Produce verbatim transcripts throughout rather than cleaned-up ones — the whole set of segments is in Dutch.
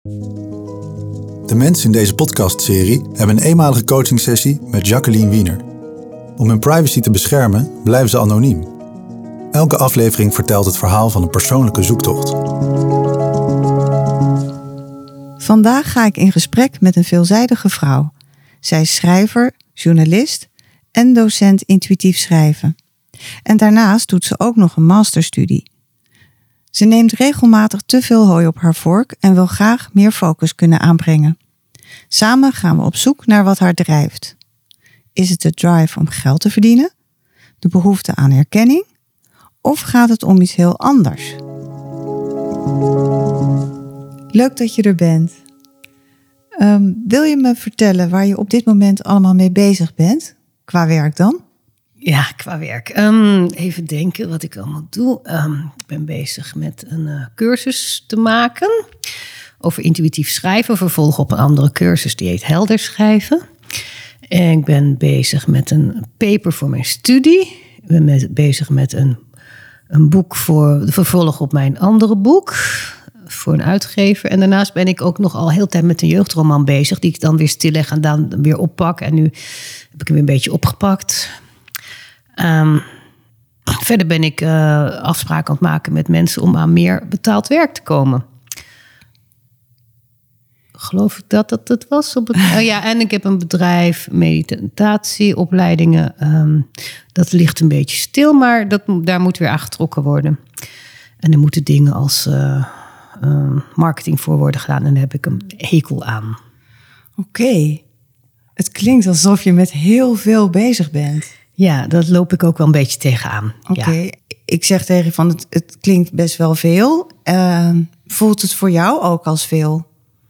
De mensen in deze podcastserie hebben een eenmalige coachingsessie met Jacqueline Wiener. Om hun privacy te beschermen blijven ze anoniem. Elke aflevering vertelt het verhaal van een persoonlijke zoektocht. Vandaag ga ik in gesprek met een veelzijdige vrouw. Zij is schrijver, journalist en docent intuïtief schrijven. En daarnaast doet ze ook nog een masterstudie. Ze neemt regelmatig te veel hooi op haar vork en wil graag meer focus kunnen aanbrengen. Samen gaan we op zoek naar wat haar drijft. Is het de drive om geld te verdienen? De behoefte aan erkenning? Of gaat het om iets heel anders? Leuk dat je er bent. Um, wil je me vertellen waar je op dit moment allemaal mee bezig bent? Qua werk dan? Ja, qua werk. Um, even denken wat ik allemaal doe. Um, ik ben bezig met een uh, cursus te maken over intuïtief schrijven. Vervolg op een andere cursus, die heet Helder schrijven. En ik ben bezig met een paper voor mijn studie. Ik ben met, bezig met een, een boek voor de vervolg op mijn andere boek. Voor een uitgever. En daarnaast ben ik ook nog al heel tijd met een jeugdroman bezig. Die ik dan weer stilleg en dan weer oppak. En nu heb ik hem weer een beetje opgepakt. Um, verder ben ik uh, afspraken aan het maken met mensen om aan meer betaald werk te komen. Geloof ik dat dat het was? Op het, uh, ja, en ik heb een bedrijf, meditatieopleidingen. Um, dat ligt een beetje stil, maar dat, daar moet weer aan getrokken worden. En er moeten dingen als uh, uh, marketing voor worden gedaan. En daar heb ik een hekel aan. Oké. Okay. Het klinkt alsof je met heel veel bezig bent. Ja, dat loop ik ook wel een beetje tegenaan. Oké, okay. Ja. Ik zeg tegen je van het, het klinkt best wel veel. Uh, voelt het voor jou ook als veel?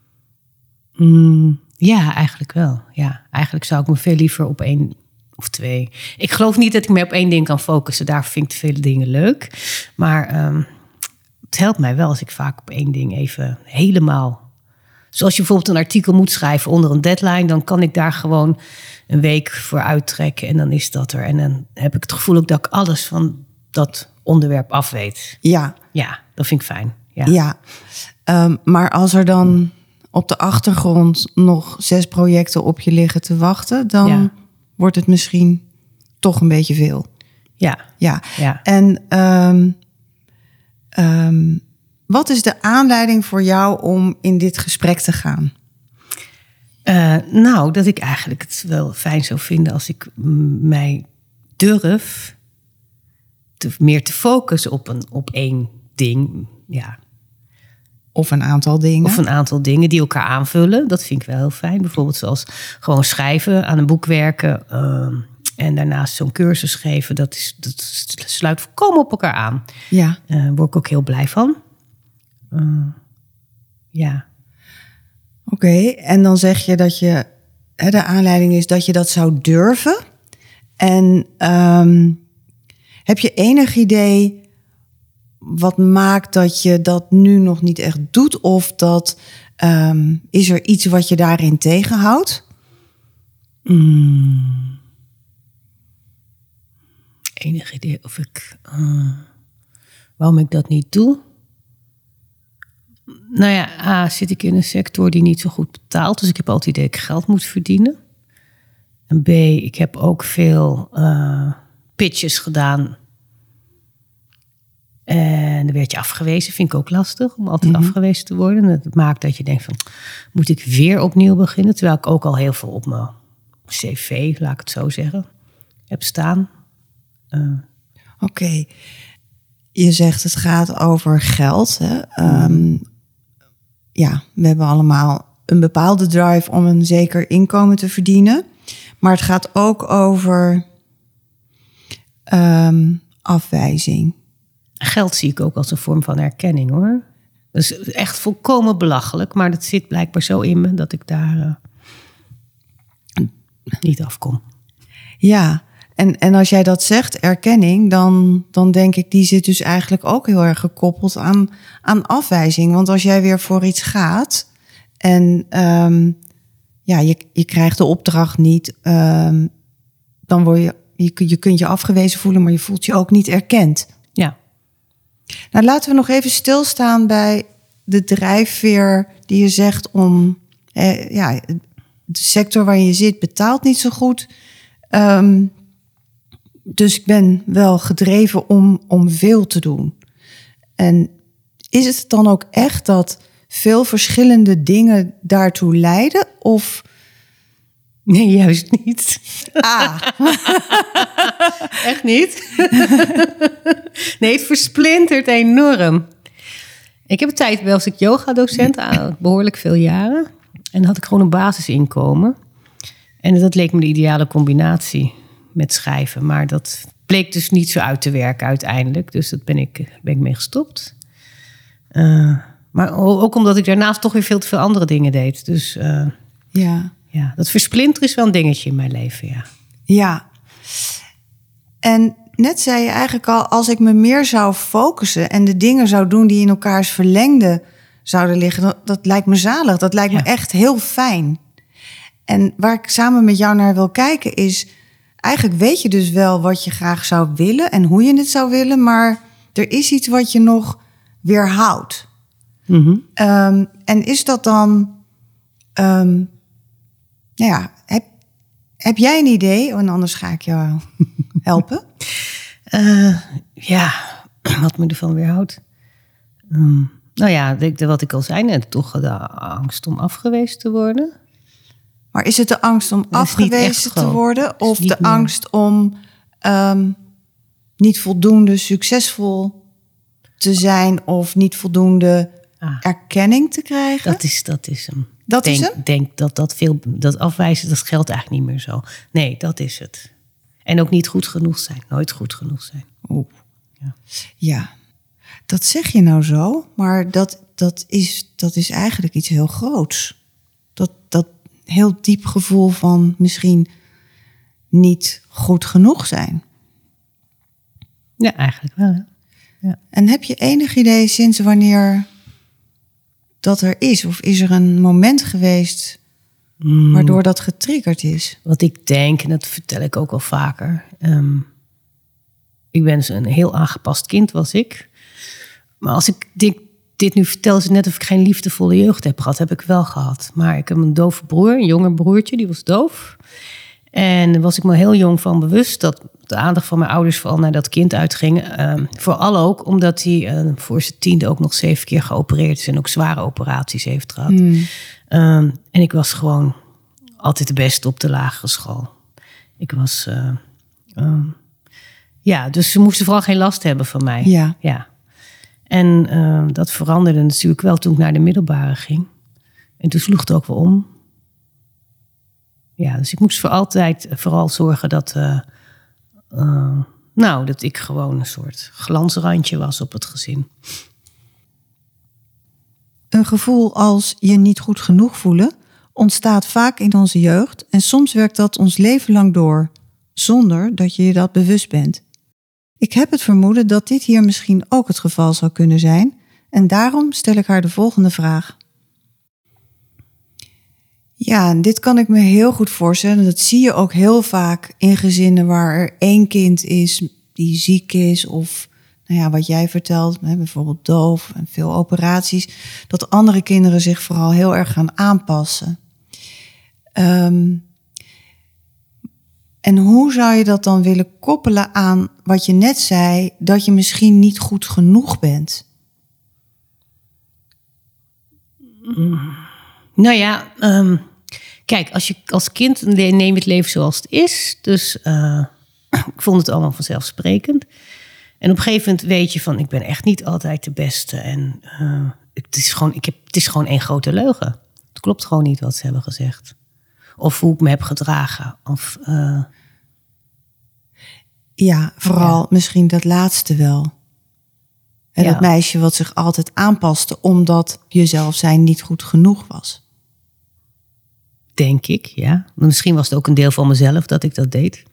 Mm, ja, eigenlijk wel. Ja, eigenlijk zou ik me veel liever op één of twee. Ik geloof niet dat ik me op één ding kan focussen. Daar vind ik vele dingen leuk. Maar um, het helpt mij wel als ik vaak op één ding even helemaal... Zoals je bijvoorbeeld een artikel moet schrijven onder een deadline... dan kan ik daar gewoon een week voor uittrekken en dan is dat er. En dan heb ik het gevoel ook dat ik alles van dat onderwerp af weet. Ja. Ja, dat vind ik fijn. Ja, ja. Um, maar als er dan op de achtergrond nog zes projecten op je liggen te wachten... dan ja. wordt het misschien toch een beetje veel. Ja. Ja. ja. En... Um, um, wat is de aanleiding voor jou om in dit gesprek te gaan? Uh, nou, dat ik eigenlijk het wel fijn zou vinden als ik m- mij durf te, meer te focussen op, een, op één ding. Ja. Of een aantal dingen. Of een aantal dingen die elkaar aanvullen. Dat vind ik wel heel fijn. Bijvoorbeeld zoals gewoon schrijven, aan een boek werken... Uh, en daarnaast zo'n cursus geven. Dat, is, dat sluit volkomen op elkaar aan. Ja. Daar uh, word ik ook heel blij van. Uh, ja. Oké, okay, en dan zeg je dat je... Hè, de aanleiding is dat je dat zou durven. En um, heb je enig idee wat maakt dat je dat nu nog niet echt doet? Of dat um, is er iets wat je daarin tegenhoudt? Mm. Enig idee of ik... Uh, waarom ik dat niet doe? Nou ja, A, zit ik in een sector die niet zo goed betaalt. Dus ik heb altijd het idee dat ik geld moet verdienen. En B, ik heb ook veel uh, pitches gedaan. En dan werd je afgewezen. Vind ik ook lastig om altijd mm-hmm. afgewezen te worden. Dat maakt dat je denkt van, moet ik weer opnieuw beginnen? Terwijl ik ook al heel veel op mijn cv, laat ik het zo zeggen, heb staan. Uh. Oké. Okay. Je zegt het gaat over geld. Hè? Um, ja, we hebben allemaal een bepaalde drive om een zeker inkomen te verdienen. Maar het gaat ook over um, afwijzing. Geld zie ik ook als een vorm van erkenning, hoor. Dat is echt volkomen belachelijk. Maar dat zit blijkbaar zo in me dat ik daar uh, niet afkom. Ja, en, en als jij dat zegt, erkenning, dan, dan denk ik, die zit dus eigenlijk ook heel erg gekoppeld aan, aan afwijzing. Want als jij weer voor iets gaat en um, ja, je, je krijgt de opdracht niet, um, dan word je, je, je kunt je afgewezen voelen, maar je voelt je ook niet erkend. Ja. Nou, laten we nog even stilstaan bij de drijfveer die je zegt om... Eh, ja, de sector waarin je zit betaalt niet zo goed. Um, dus ik ben wel gedreven om, om veel te doen. En is het dan ook echt dat veel verschillende dingen daartoe leiden? Of... Nee, juist niet. Ah. Echt niet? Nee, het versplintert enorm. Ik heb een tijd was ik yoga-docent, behoorlijk veel jaren. En dan had ik gewoon een basisinkomen. En dat leek me de ideale combinatie met schrijven. Maar dat bleek dus niet zo uit te werken uiteindelijk. Dus dat ben ik, ben ik mee gestopt. Uh, maar ook omdat ik daarnaast toch weer veel te veel andere dingen deed. Dus uh, ja. ja, dat versplinteren is wel een dingetje in mijn leven, ja. Ja. En net zei je eigenlijk al, als ik me meer zou focussen en de dingen zou doen die in elkaars verlengde zouden liggen, dat, dat lijkt me zalig. Dat lijkt ja. me echt heel fijn. En waar ik samen met jou naar wil kijken is, eigenlijk weet je dus wel wat je graag zou willen en hoe je het zou willen, maar er is iets wat je nog weerhoudt. Mm-hmm. Um, en is dat dan, um, nou ja, heb, heb jij een idee? En anders ga ik jou helpen. Uh, ja, wat me ervan weerhoudt. Um, nou ja, de, wat ik al zei net, toch de angst om afgewezen te worden. Maar is het de angst om afgewezen te worden? Of de meer. angst om um, niet voldoende succesvol te zijn of niet voldoende ah, erkenning te krijgen? Dat is, dat is hem. Dat denk, is hem? Ik denk dat dat veel, dat afwijzen, dat geldt eigenlijk niet meer zo. Nee, dat is het. En ook niet goed genoeg zijn. Nooit goed genoeg zijn. Oeh. Ja. ja, dat zeg je nou zo. Maar dat, dat, is, dat is eigenlijk iets heel groots. Dat, dat heel diep gevoel van misschien niet goed genoeg zijn. Ja, eigenlijk wel. Hè? Ja. En heb je enig idee sinds wanneer dat er is? Of is er een moment geweest mm. waardoor dat getriggerd is? Wat ik denk, en dat vertel ik ook al vaker. Um, ik ben een heel aangepast kind, was ik. Maar als ik dit, dit nu vertel, is het net of ik geen liefdevolle jeugd heb gehad. Heb ik wel gehad. Maar ik heb een dove broer, een jonger broertje, die was doof. En daar was ik me heel jong van bewust dat de aandacht van mijn ouders vooral naar dat kind uitging. Um, vooral ook omdat hij uh, voor zijn tiende ook nog zeven keer geopereerd is en ook zware operaties heeft gehad. Mm. Um, en ik was gewoon altijd de beste op de lagere school. Ik was... Uh, um, ja, dus ze moesten vooral geen last hebben van mij. Ja. ja. En uh, dat veranderde natuurlijk wel toen ik naar de middelbare ging. En toen sloeg het ook wel om. Ja, dus ik moest voor altijd vooral zorgen dat... Uh, uh, nou, dat ik gewoon een soort glansrandje was op het gezin. Een gevoel als je niet goed genoeg voelen ontstaat vaak in onze jeugd. En soms werkt dat ons leven lang door, zonder dat je je dat bewust bent. Ik heb het vermoeden dat dit hier misschien ook het geval zou kunnen zijn. En daarom stel ik haar de volgende vraag. Ja, en dit kan ik me heel goed voorstellen. Dat zie je ook heel vaak in gezinnen waar er één kind is die ziek is. Of nou ja, wat jij vertelt, bijvoorbeeld doof en veel operaties. Dat andere kinderen zich vooral heel erg gaan aanpassen. Um, en hoe zou je dat dan willen koppelen aan wat je net zei, dat je misschien niet goed genoeg bent? Nou ja, um, kijk, als je als kind neem het leven zoals het is. Dus uh, ik vond het allemaal vanzelfsprekend. En op een gegeven moment weet je van, ik ben echt niet altijd de beste. En uh, het is gewoon, ik heb, het is gewoon één grote leugen. Het klopt gewoon niet wat ze hebben gezegd. Of hoe ik me heb gedragen. Of, uh... Ja, vooral ja. misschien dat laatste wel. En ja. dat meisje wat zich altijd aanpaste omdat jezelf zijn niet goed genoeg was. Denk ik, ja. Maar misschien was het ook een deel van mezelf dat ik dat deed.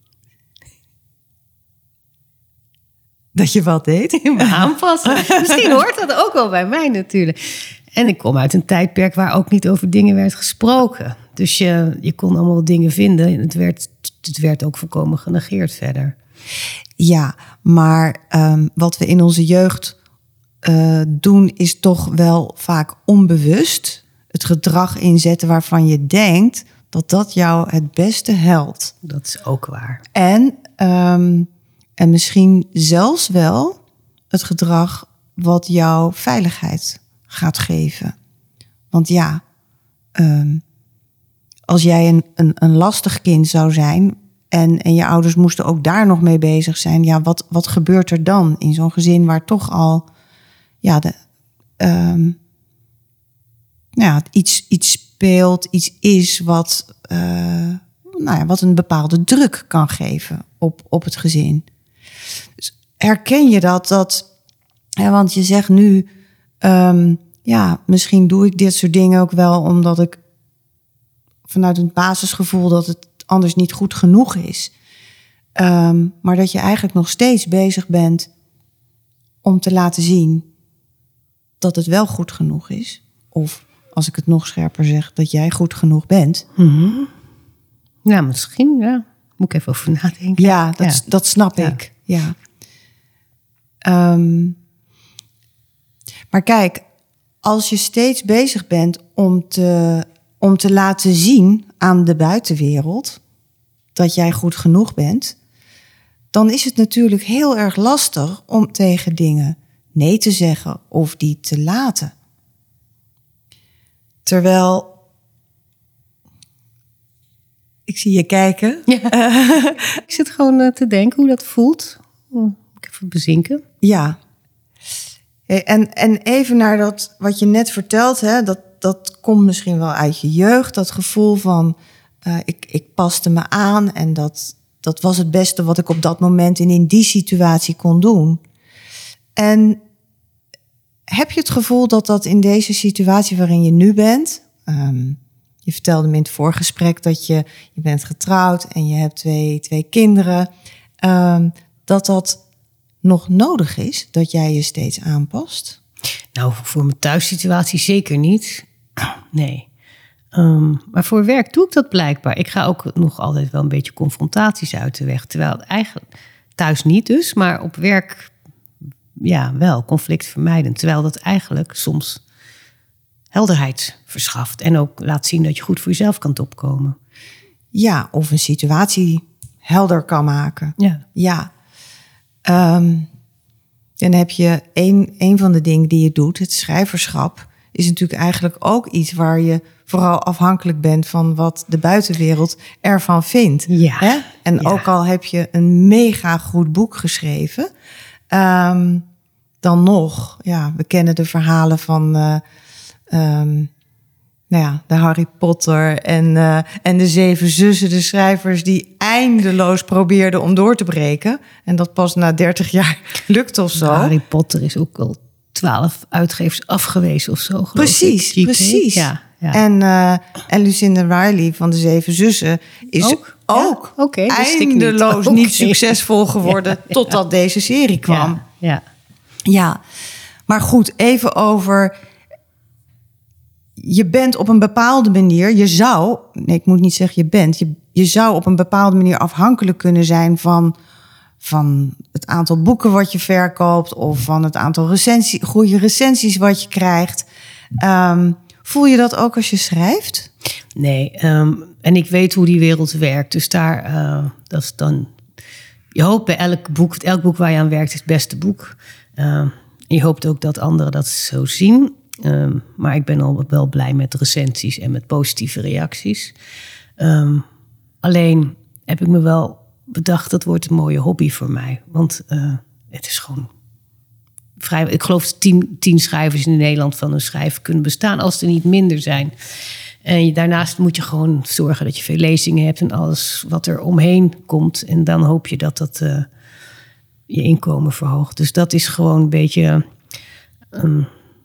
Dat je wat deed? Me aanpassen. Misschien hoort dat ook wel bij mij natuurlijk. En ik kom uit een tijdperk waar ook niet over dingen werd gesproken. Dus je, je kon allemaal dingen vinden. En het werd, het werd ook volkomen genegeerd verder. Ja, maar um, wat we in onze jeugd uh, doen is toch wel vaak onbewust. Het gedrag inzetten waarvan je denkt dat dat jou het beste helpt. Dat is ook waar. En, um, en misschien zelfs wel het gedrag wat jou veiligheid gaat geven. Want ja, um, als jij een, een, een lastig kind zou zijn en, en je ouders moesten ook daar nog mee bezig zijn, ja, wat, wat gebeurt er dan in zo'n gezin waar toch al ja, de, um, ja, iets, iets speelt, iets is wat, uh, nou ja, wat een bepaalde druk kan geven op, op het gezin. Dus herken je dat? dat ja, want je zegt nu, um, ja, misschien doe ik dit soort dingen ook wel omdat ik vanuit een basisgevoel dat het anders niet goed genoeg is. Um, maar dat je eigenlijk nog steeds bezig bent om te laten zien dat het wel goed genoeg is. Of als ik het nog scherper zeg, dat jij goed genoeg bent. Mm-hmm. Ja, misschien, ja. Moet ik even over nadenken. Ja, dat, ja. dat snap ja. ik. Ja. Um, maar kijk, als je steeds bezig bent om te, om te laten zien aan de buitenwereld dat jij goed genoeg bent, dan is het natuurlijk heel erg lastig om tegen dingen nee te zeggen of die te laten. Terwijl, ik zie je kijken. Ja. Ik zit gewoon uh, te denken hoe dat voelt. Moet ik even bezinken. Ja. En, en even naar dat wat je net vertelt, hè, dat, dat komt misschien wel uit je jeugd. Dat gevoel van, uh, ik, ik paste me aan en dat, dat was het beste wat ik op dat moment en in die situatie kon doen. En heb je het gevoel dat dat in deze situatie waarin je nu bent, um, je vertelde me in het voorgesprek dat je, je bent getrouwd en je hebt twee, twee kinderen, um, dat dat nog nodig is, dat jij je steeds aanpast? Nou, voor mijn thuissituatie zeker niet. Nee. Um, maar voor werk doe ik dat blijkbaar. Ik ga ook nog altijd wel een beetje confrontaties uit de weg. Terwijl het eigenlijk thuis niet dus, maar op werk ja, wel conflictvermijdend. Terwijl dat eigenlijk soms helderheid verschaft. En ook laat zien dat je goed voor jezelf kan opkomen. Ja, of een situatie helder kan maken. Ja. Ja. Um, dan heb je een, een van de dingen die je doet, het schrijverschap, is natuurlijk eigenlijk ook iets waar je vooral afhankelijk bent van wat de buitenwereld ervan vindt. Ja. Hè? En ja. ook al heb je een mega goed boek geschreven, um, dan nog, ja, we kennen de verhalen van uh, um, nou ja, de Harry Potter en, uh, en de Zeven Zussen, de schrijvers die eindeloos probeerden om door te breken. En dat pas na dertig jaar lukt of zo. De Harry Potter is ook al twaalf uitgevers afgewezen of zo, geloof precies, ik. Precies, ja, ja. En, uh, en Lucinda Riley van de Zeven Zussen is ook, ook ja, okay, eindeloos niet, niet succesvol geworden ja, totdat ja. deze serie kwam. Ja, ja. ja, maar goed, even over, je bent op een bepaalde manier, je zou, nee, ik moet niet zeggen je bent, je, je zou op een bepaalde manier afhankelijk kunnen zijn van, van het aantal boeken wat je verkoopt of van het aantal recensie, goede recensies wat je krijgt. Um, voel je dat ook als je schrijft? Nee, um, en ik weet hoe die wereld werkt, dus daar, uh, dat is dan, je hoopt bij elk boek, elk boek waar je aan werkt is het beste boek. Uh, je hoopt ook dat anderen dat zo zien. Um, maar ik ben al wel blij met recensies en met positieve reacties. Um, alleen heb ik me wel bedacht, dat wordt een mooie hobby voor mij. Want uh, het is gewoon vrij. Ik geloof tien, tien schrijvers in Nederland van een schrijver kunnen bestaan, als er niet minder zijn. En je, daarnaast moet je gewoon zorgen dat je veel lezingen hebt en alles wat er omheen komt. En dan hoop je dat dat uh, je inkomen verhoogt. Dus dat is gewoon een beetje Um,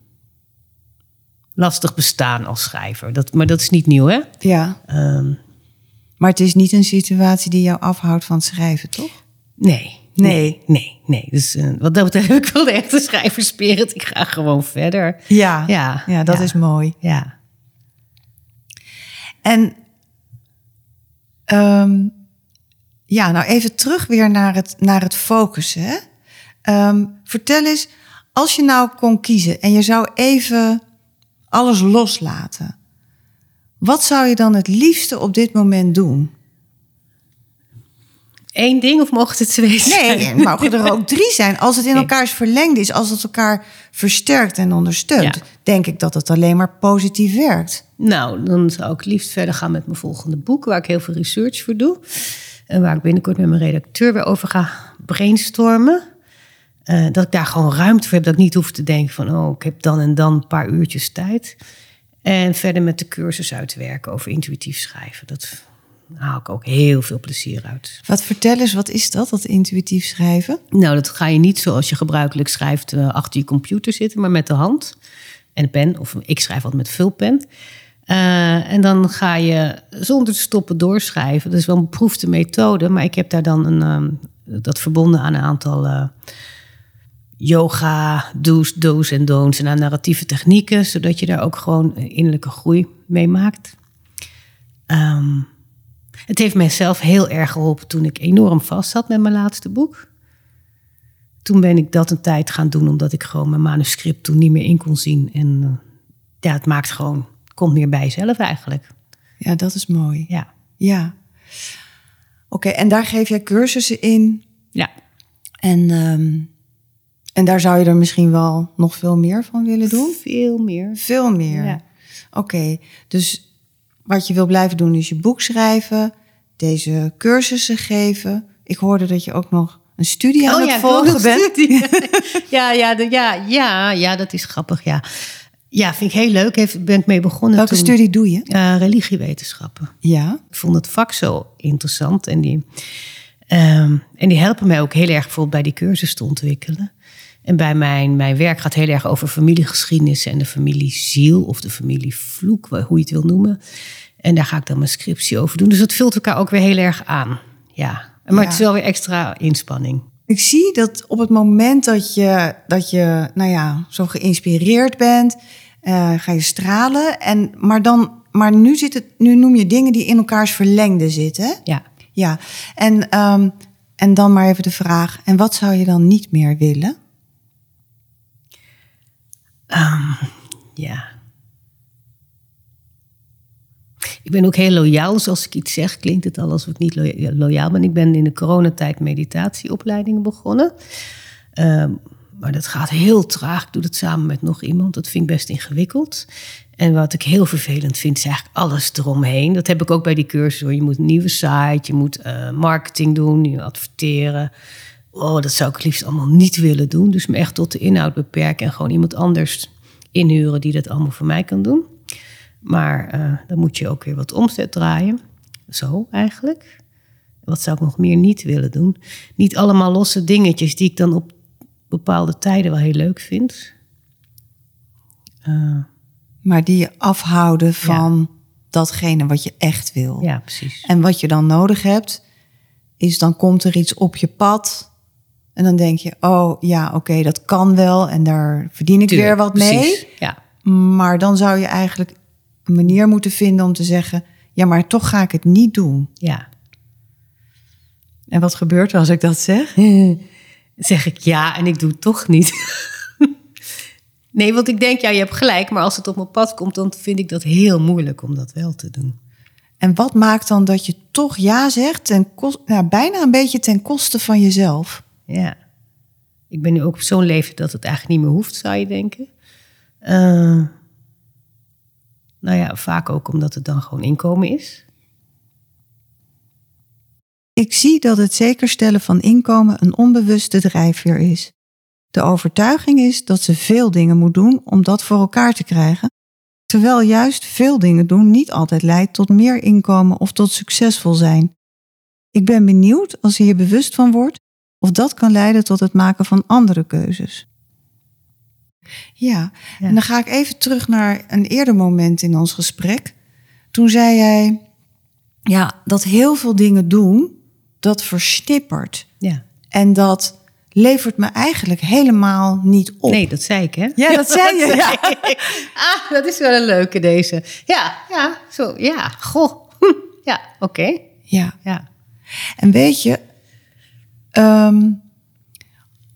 lastig bestaan als schrijver. Dat, maar dat is niet nieuw, hè? Ja. Um, maar het is niet een situatie die jou afhoudt van het schrijven, toch? Nee. Nee. Nee, nee. nee. Dus uh, wat dat betreft heb ik wel de echte schrijverspirit. Ik ga gewoon verder. Ja, ja, ja dat ja. is mooi. Ja. En um, ja, nou even terug weer naar het, naar het focussen. Hè? Um, vertel eens, als je nou kon kiezen en je zou even alles loslaten, wat zou je dan het liefste op dit moment doen? Eén ding of mogen het twee zijn? Nee, mogen er ook drie zijn. Als het in Nee. elkaars verlengde is, als het elkaar versterkt en ondersteunt, Ja. denk ik dat het alleen maar positief werkt. Nou, dan zou ik liefst verder gaan met mijn volgende boek, waar ik heel veel research voor doe. En waar ik binnenkort met mijn redacteur weer over ga brainstormen. Uh, dat ik daar gewoon ruimte voor heb, dat ik niet hoef te denken van, oh, ik heb dan en dan een paar uurtjes tijd. En verder met de cursus uitwerken over intuïtief schrijven. Dat haal ik ook heel veel plezier uit. Wat vertel eens, wat is dat, dat intuïtief schrijven? Nou, dat ga je niet zoals je gebruikelijk schrijft uh, achter je computer zitten, maar met de hand en een pen. Of ik schrijf altijd met vulpen. Uh, en dan ga je zonder te stoppen doorschrijven. Dat is wel een beproefde methode, maar ik heb daar dan een, um, dat verbonden aan een aantal uh, yoga, do's, do's en don'ts en aan narratieve technieken, zodat je daar ook gewoon innerlijke groei mee maakt. Um, het heeft mijzelf heel erg geholpen toen ik enorm vast zat met mijn laatste boek. Toen ben ik dat een tijd gaan doen, omdat ik gewoon mijn manuscript toen niet meer in kon zien. En uh, ja, het maakt gewoon, komt meer bij jezelf eigenlijk. Ja, dat is mooi. Ja. Ja. Oké, okay, en daar geef jij cursussen in. Ja. En, um, en daar zou je er misschien wel nog veel meer van willen doen? Veel meer. Veel meer. Ja. Oké, okay, dus wat je wil blijven doen is je boek schrijven, deze cursussen geven. Ik hoorde dat je ook nog een studie aan oh, het ja, volgen bent. ja, ja, de, ja, ja, ja, dat is grappig, ja. Ja, vind ik heel leuk. Heeft, ben ik mee begonnen. Welke toen, studie doe je? Uh, religiewetenschappen. Ja. Ik vond het vak zo interessant. En die, um, en die helpen mij ook heel erg bijvoorbeeld bij die cursus te ontwikkelen. En bij mijn, mijn werk gaat heel erg over familiegeschiedenis en de familieziel of de familievloek, hoe je het wil noemen. En daar ga ik dan mijn scriptie over doen. Dus dat vult elkaar ook weer heel erg aan. Ja, maar ja. Het is wel weer extra inspanning. Ik zie dat op het moment dat je, dat je nou ja, zo geïnspireerd bent, uh, ga je stralen. En, maar dan, maar nu, zit het, nu noem je dingen die in elkaars verlengde zitten. Ja. Ja. En, um, en dan maar even de vraag, en wat zou je dan niet meer willen? Um, ja. Ik ben ook heel loyaal, dus als ik iets zeg, klinkt het al alsof ik niet lo- loyaal ben. Ik ben in de coronatijd meditatieopleidingen begonnen. Um, maar dat gaat heel traag. Ik doe dat samen met nog iemand. Dat vind ik best ingewikkeld. En wat ik heel vervelend vind, is eigenlijk alles eromheen. Dat heb ik ook bij die cursus, hoor. Je moet een nieuwe site, je moet uh, marketing doen, je adverteren. Oh, dat zou ik liefst allemaal niet willen doen. Dus me echt tot de inhoud beperken en gewoon iemand anders inhuren die dat allemaal voor mij kan doen. Maar uh, dan moet je ook weer wat omzet draaien. Zo eigenlijk. Wat zou ik nog meer niet willen doen? Niet allemaal losse dingetjes die ik dan op bepaalde tijden wel heel leuk vind. Uh, maar die je afhouden van ja. datgene wat je echt wil. Ja, precies. En wat je dan nodig hebt, is dan komt er iets op je pad. En dan denk je, oh ja, oké, okay, dat kan wel. En daar verdien ik Tuurlijk, weer wat mee. Precies, ja. Maar dan zou je eigenlijk een manier moeten vinden om te zeggen, ja, maar toch ga ik het niet doen. Ja. En wat gebeurt er als ik dat zeg? Zeg ik ja en ik doe het toch niet. Nee, want ik denk, ja, je hebt gelijk. Maar als het op mijn pad komt, dan vind ik dat heel moeilijk om dat wel te doen. En wat maakt dan dat je toch ja zegt, ten kost, nou, bijna een beetje ten koste van jezelf? Ja. Ik ben nu ook op zo'n leeftijd dat het eigenlijk niet meer hoeft, zou je denken. Uh, nou ja, vaak ook omdat het dan gewoon inkomen is. Ik zie dat het zekerstellen van inkomen een onbewuste drijfveer is. De overtuiging is dat ze veel dingen moet doen om dat voor elkaar te krijgen, terwijl juist veel dingen doen niet altijd leidt tot meer inkomen of tot succesvol zijn. Ik ben benieuwd, als je hier bewust van wordt, of dat kan leiden tot het maken van andere keuzes. Ja, ja, en dan ga ik even terug naar een eerder moment in ons gesprek. Toen zei jij, ja, dat heel veel dingen doen, dat versnippert. Ja. En dat levert me eigenlijk helemaal niet op. Nee, dat zei ik, hè? Ja, dat zei je. Ja. Ah, dat is wel een leuke, deze. Ja, ja, zo, ja, goh. Ja, oké. Okay. Ja. Ja. En weet je, um,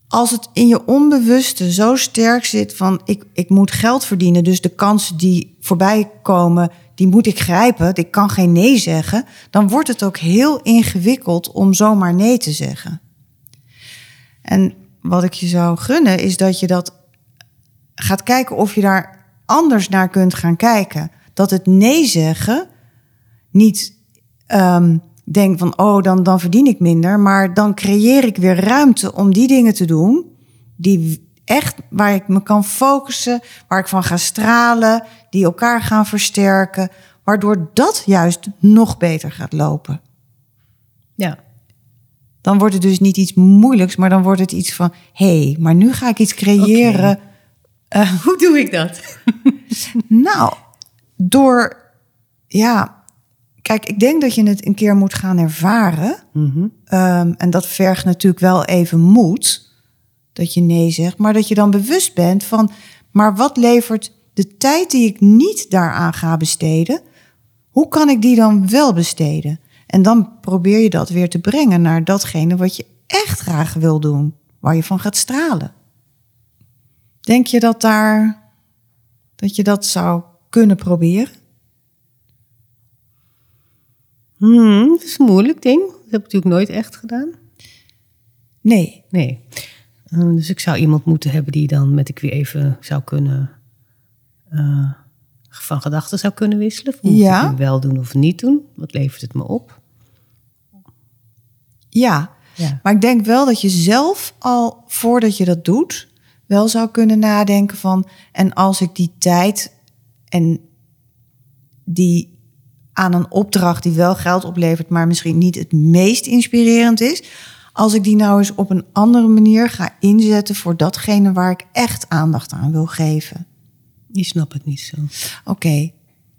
als het in je onbewuste zo sterk zit van ik, ik moet geld verdienen, dus de kansen die voorbij komen, die moet ik grijpen, ik kan geen nee zeggen, dan wordt het ook heel ingewikkeld om zomaar nee te zeggen. En wat ik je zou gunnen is dat je dat gaat kijken of je daar anders naar kunt gaan kijken. Dat het nee zeggen niet um, denk van, oh, dan, dan verdien ik minder, maar dan creëer ik weer ruimte om die dingen te doen die echt, waar ik me kan focussen, waar ik van ga stralen, die elkaar gaan versterken, waardoor dat juist nog beter gaat lopen. Ja. Dan wordt het dus niet iets moeilijks, maar dan wordt het iets van, hé, hey, maar nu ga ik iets creëren. Okay. Uh, Hoe doe ik dat? Nou, door, ja, kijk, ik denk dat je het een keer moet gaan ervaren. Mm-hmm. Um, en dat vergt natuurlijk wel even moed, dat je nee zegt, maar dat je dan bewust bent van, maar wat levert de tijd die ik niet daaraan ga besteden, hoe kan ik die dan wel besteden? En dan probeer je dat weer te brengen naar datgene wat je echt graag wil doen, waar je van gaat stralen. Denk je dat daar, dat je dat zou kunnen proberen? Hmm, dat is een moeilijk ding. Dat heb ik natuurlijk nooit echt gedaan. Nee. Nee. Uh, dus ik zou iemand moeten hebben die dan met ik weer even zou kunnen, uh, van gedachten zou kunnen wisselen. Moet ja. ik het wel doen of niet doen? Wat levert het me op? Ja. ja, maar ik denk wel dat je zelf al, voordat je dat doet, wel zou kunnen nadenken van, en als ik die tijd en die aan een opdracht die wel geld oplevert, maar misschien niet het meest inspirerend is, als ik die nou eens op een andere manier ga inzetten voor datgene waar ik echt aandacht aan wil geven. Je snapt het niet zo. Oké. Okay.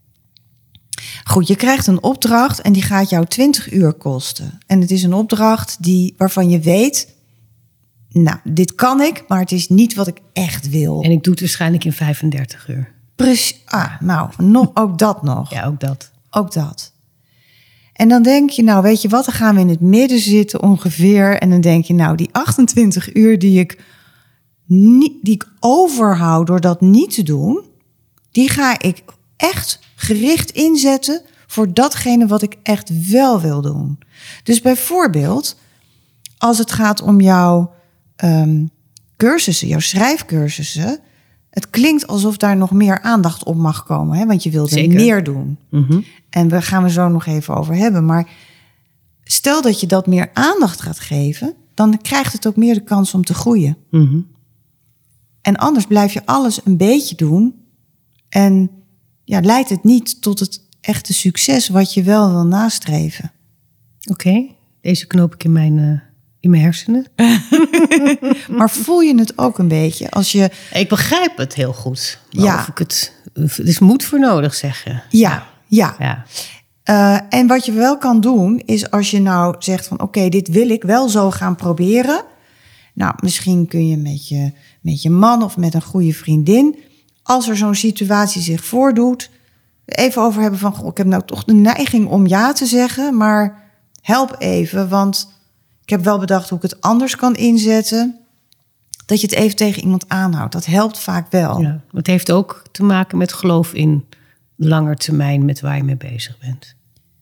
Goed, je krijgt een opdracht en die gaat jou twintig uur kosten. En het is een opdracht die, waarvan je weet, nou, dit kan ik, maar het is niet wat ik echt wil. En ik doe het waarschijnlijk in vijfendertig uur. Precies. Ah, nou, nog, ook dat nog. Ja, ook dat. Ook dat. En dan denk je, nou, weet je wat, dan gaan we in het midden zitten ongeveer. En dan denk je, nou, die achtentwintig uur die ik, niet, die ik overhoud door dat niet te doen, die ga ik echt gericht inzetten voor datgene wat ik echt wel wil doen. Dus bijvoorbeeld, als het gaat om jouw um, cursussen, jouw schrijfcursussen, het klinkt alsof daar nog meer aandacht op mag komen, hè? Want je wilt er meer doen. Mm-hmm. En daar gaan we zo nog even over hebben. Maar stel dat je dat meer aandacht gaat geven, dan krijgt het ook meer de kans om te groeien. Mm-hmm. En anders blijf je alles een beetje doen en ja, leidt het niet tot het echte succes wat je wel wil nastreven. Oké, okay. Deze knoop ik in mijn, uh, in mijn hersenen. Maar voel je het ook een beetje als je... Ik begrijp het heel goed. Maar ja. Of ik het, er is moed voor nodig, zeggen. Ja, ja. ja. Uh, en wat je wel kan doen, is als je nou zegt van, oké, okay, dit wil ik wel zo gaan proberen. Nou, misschien kun je met je, met je man of met een goede vriendin, als er zo'n situatie zich voordoet, even over hebben van, goh, ik heb nou toch de neiging om ja te zeggen, maar help even, want ik heb wel bedacht hoe ik het anders kan inzetten. Dat je het even tegen iemand aanhoudt, dat helpt vaak wel. Ja, het heeft ook te maken met geloof in lange termijn met waar je mee bezig bent.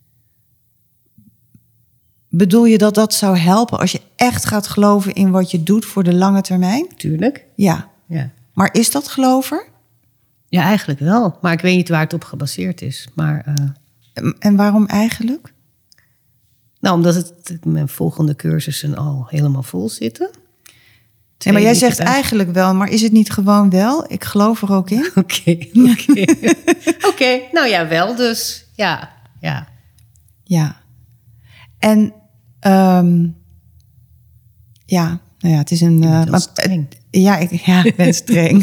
Bedoel je dat dat zou helpen als je echt gaat geloven in wat je doet voor de lange termijn? Tuurlijk. Ja. ja. Maar is dat geloven? Ja, eigenlijk wel. Maar ik weet niet waar het op gebaseerd is. Maar, uh... En waarom eigenlijk? Nou, omdat het mijn volgende cursussen al helemaal vol zitten. Ja, maar jij zegt eigenlijk wel, maar is het niet gewoon wel? Ik geloof er ook in. Oké, oké. Oké, nou ja, wel dus. Ja, ja. Ja. En um, ja, nou ja, het is een... Uh, maar, streng. Ja, ik, ja, ik ben streng.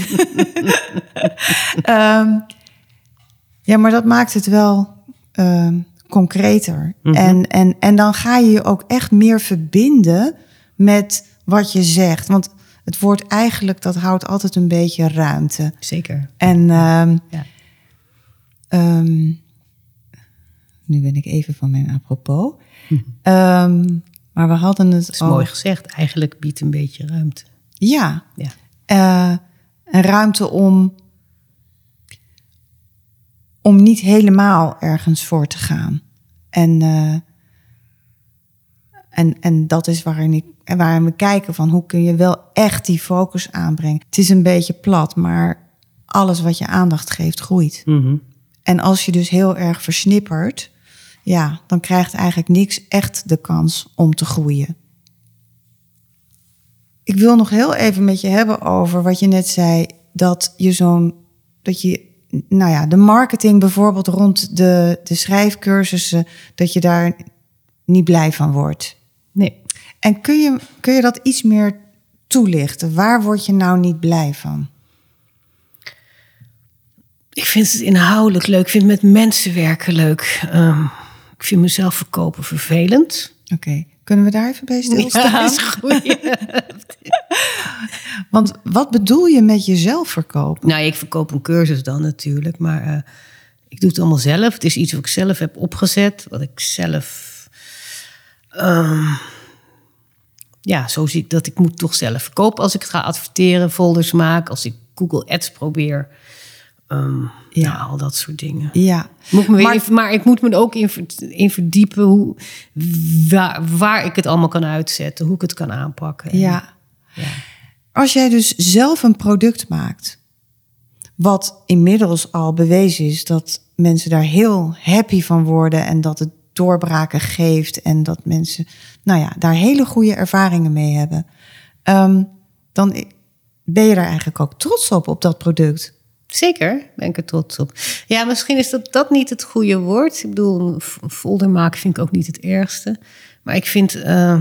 um, ja, maar dat maakt het wel um, concreter. Mm-hmm. En, en, en dan ga je je ook echt meer verbinden met wat je zegt. Want het woord eigenlijk, dat houdt altijd een beetje ruimte. Zeker. En um, ja. um, nu ben ik even van mijn apropos. Mm-hmm. Um, maar we hadden het... Dat is oh, mooi gezegd. Eigenlijk biedt een beetje ruimte. Ja. Ja. Uh, een ruimte om, om niet helemaal ergens voor te gaan. En, uh, en, en dat is waarin, ik, waarin we kijken van hoe kun je wel echt die focus aanbrengen. Het is een beetje plat, maar alles wat je aandacht geeft groeit. Mm-hmm. En als je dus heel erg versnippert, ja, dan krijgt eigenlijk niks echt de kans om te groeien. Ik wil nog heel even met je hebben over wat je net zei, dat je zo'n, dat je, nou ja, de marketing bijvoorbeeld rond de, de schrijfcursussen, dat je daar niet blij van wordt. Nee. En kun je, kun je dat iets meer toelichten? Waar word je nou niet blij van? Ik vind het inhoudelijk leuk. Ik vind met mensen werken leuk. Um, ik vind mezelf verkopen vervelend. Oké, okay. Kunnen we daar even bij stilstaan? Ja, dat is goed. Want wat bedoel je met jezelf verkopen? Nou, ik verkoop een cursus dan natuurlijk. Maar uh, ik doe het allemaal zelf. Het is iets wat ik zelf heb opgezet. Wat ik zelf... Um, ja, zo zie ik dat. Ik moet toch zelf verkopen als ik het ga adverteren, folders maak. Als ik Google Ads probeer... Um, ja. Nou, al dat soort dingen. Ja. Moet me weer maar, in, maar ik moet me ook in, in verdiepen hoe, waar, waar ik het allemaal kan uitzetten, hoe ik het kan aanpakken. Ja. En, ja. Als jij dus zelf een product maakt, wat inmiddels al bewezen is dat mensen daar heel happy van worden en dat het doorbraken geeft en dat mensen, nou ja, daar hele goede ervaringen mee hebben, um, dan ben je daar eigenlijk ook trots op, op dat product. Zeker, ben ik er trots op. Ja, misschien is dat, dat niet het goede woord. Ik bedoel, een folder maken vind ik ook niet het ergste. Maar ik vind, uh,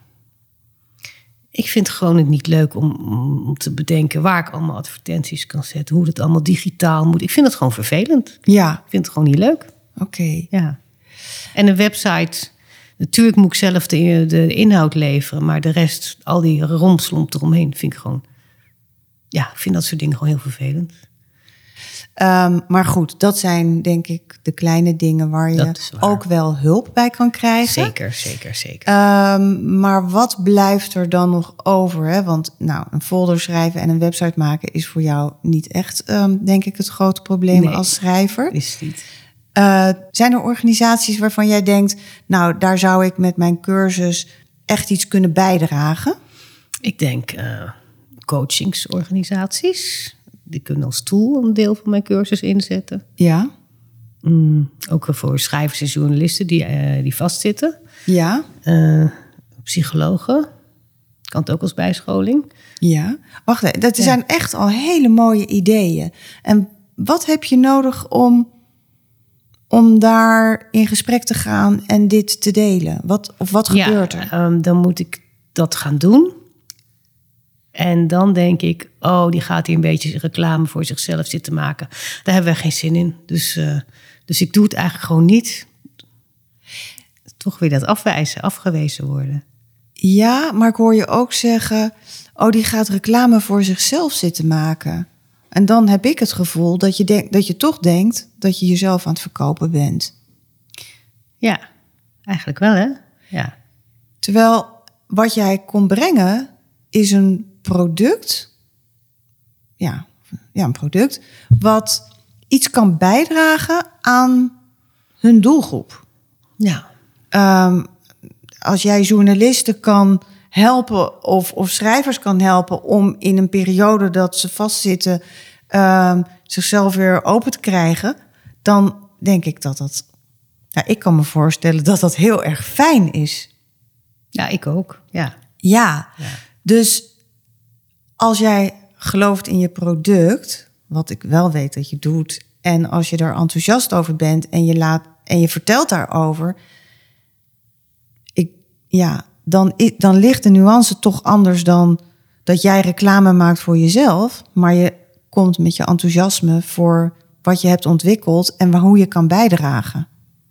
ik vind gewoon het niet leuk om, om te bedenken waar ik allemaal advertenties kan zetten. Hoe dat allemaal digitaal moet. Ik vind het gewoon vervelend. Ja. Ik vind het gewoon niet leuk. Oké. Okay. Ja. En een website, natuurlijk moet ik zelf de, de inhoud leveren. Maar de rest, al die rompslomp eromheen, vind ik gewoon... Ja, ik vind dat soort dingen gewoon heel vervelend. Um, maar goed, dat zijn denk ik de kleine dingen waar je ook wel hulp bij kan krijgen. Zeker, zeker, zeker. Um, maar wat blijft er dan nog over? Hè? Want nou, een folder schrijven en een website maken is voor jou niet echt, um, denk ik, het grote probleem nee, als schrijver. Is het niet. Uh, zijn er organisaties waarvan jij denkt, nou, daar zou ik met mijn cursus echt iets kunnen bijdragen? Ik denk uh, coachingsorganisaties. Die kunnen als tool een deel van mijn cursus inzetten. Ja. Mm, ook voor schrijvers en journalisten die, uh, die vastzitten. Ja. Uh, psychologen. Kan het ook als bijscholing. Ja. Wacht even, dat ja. zijn echt al hele mooie ideeën. En wat heb je nodig om, om daar in gesprek te gaan en dit te delen? Wat, of wat gebeurt ja, er? Um, dan moet ik dat gaan doen. En dan denk ik, oh, die gaat hier een beetje reclame voor zichzelf zitten maken. Daar hebben we geen zin in. Dus, uh, dus ik doe het eigenlijk gewoon niet. Toch weer dat afwijzen, afgewezen worden. Ja, maar ik hoor je ook zeggen, oh, die gaat reclame voor zichzelf zitten maken. En dan heb ik het gevoel dat je, denk, dat je toch denkt dat je jezelf aan het verkopen bent. Ja, eigenlijk wel, hè? Ja. Terwijl wat jij kon brengen is een product, ja, ja, een product, wat iets kan bijdragen aan hun doelgroep. Ja. Um, als jij journalisten kan helpen of, of schrijvers kan helpen om in een periode dat ze vastzitten um, zichzelf weer open te krijgen, dan denk ik dat dat, ja, ik kan me voorstellen dat dat heel erg fijn is. Ja, ik ook, ja. Ja, ja. Dus als jij gelooft in je product, wat ik wel weet dat je doet, en als je er enthousiast over bent en je, laat, en je vertelt daarover, ik, ja, dan, dan ligt de nuance toch anders dan dat jij reclame maakt voor jezelf, maar je komt met je enthousiasme voor wat je hebt ontwikkeld en hoe je kan bijdragen.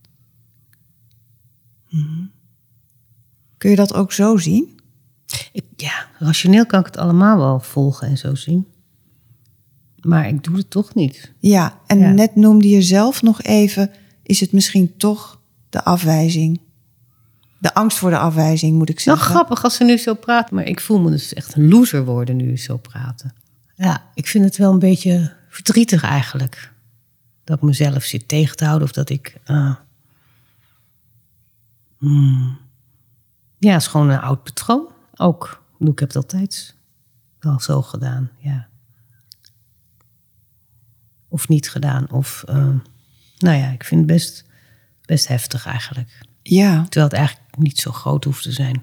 Hmm. Kun je dat ook zo zien? Ik, ja, rationeel kan ik het allemaal wel volgen en zo zien. Maar ik doe het toch niet. Ja, en ja. net noemde je zelf nog even, is het misschien toch de afwijzing? De angst voor de afwijzing, moet ik Nou, zeggen. grappig als ze nu zo praten. Maar ik voel me dus echt een loser worden nu ze zo praten. Ja, ik vind het wel een beetje verdrietig eigenlijk. Dat ik mezelf zit tegen te houden. Of dat ik... Uh, hmm, ja, het is gewoon een oud patroon. Ook, ik heb het altijd wel zo gedaan, ja. Of niet gedaan. Of, uh, nou ja, ik vind het best, best heftig eigenlijk. Ja. Terwijl het eigenlijk niet zo groot hoeft te zijn.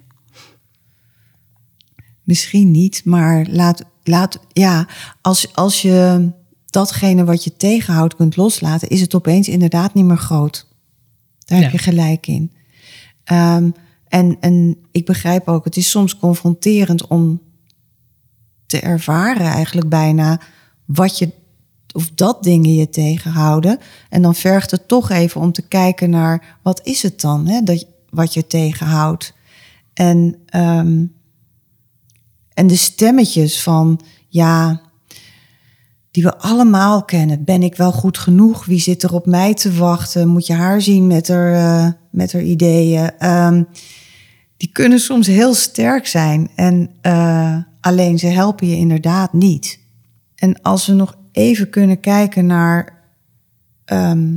Misschien niet, maar laat, laat ja, als, als je datgene wat je tegenhoudt kunt loslaten, is het opeens inderdaad niet meer groot. Daar Ja. heb je gelijk in. Um, en, en ik begrijp ook, het is soms confronterend om te ervaren eigenlijk bijna wat je, of dat dingen je tegenhouden. En dan vergt het toch even om te kijken naar, wat is het dan, hè, dat, wat je tegenhoudt. En, um, en de stemmetjes van, ja, die we allemaal kennen. Ben ik wel goed genoeg? Wie zit er op mij te wachten? Moet je haar zien met haar, uh, met haar ideeën? Um, die kunnen soms heel sterk zijn. En uh, alleen ze helpen je inderdaad niet. En als we nog even kunnen kijken naar um,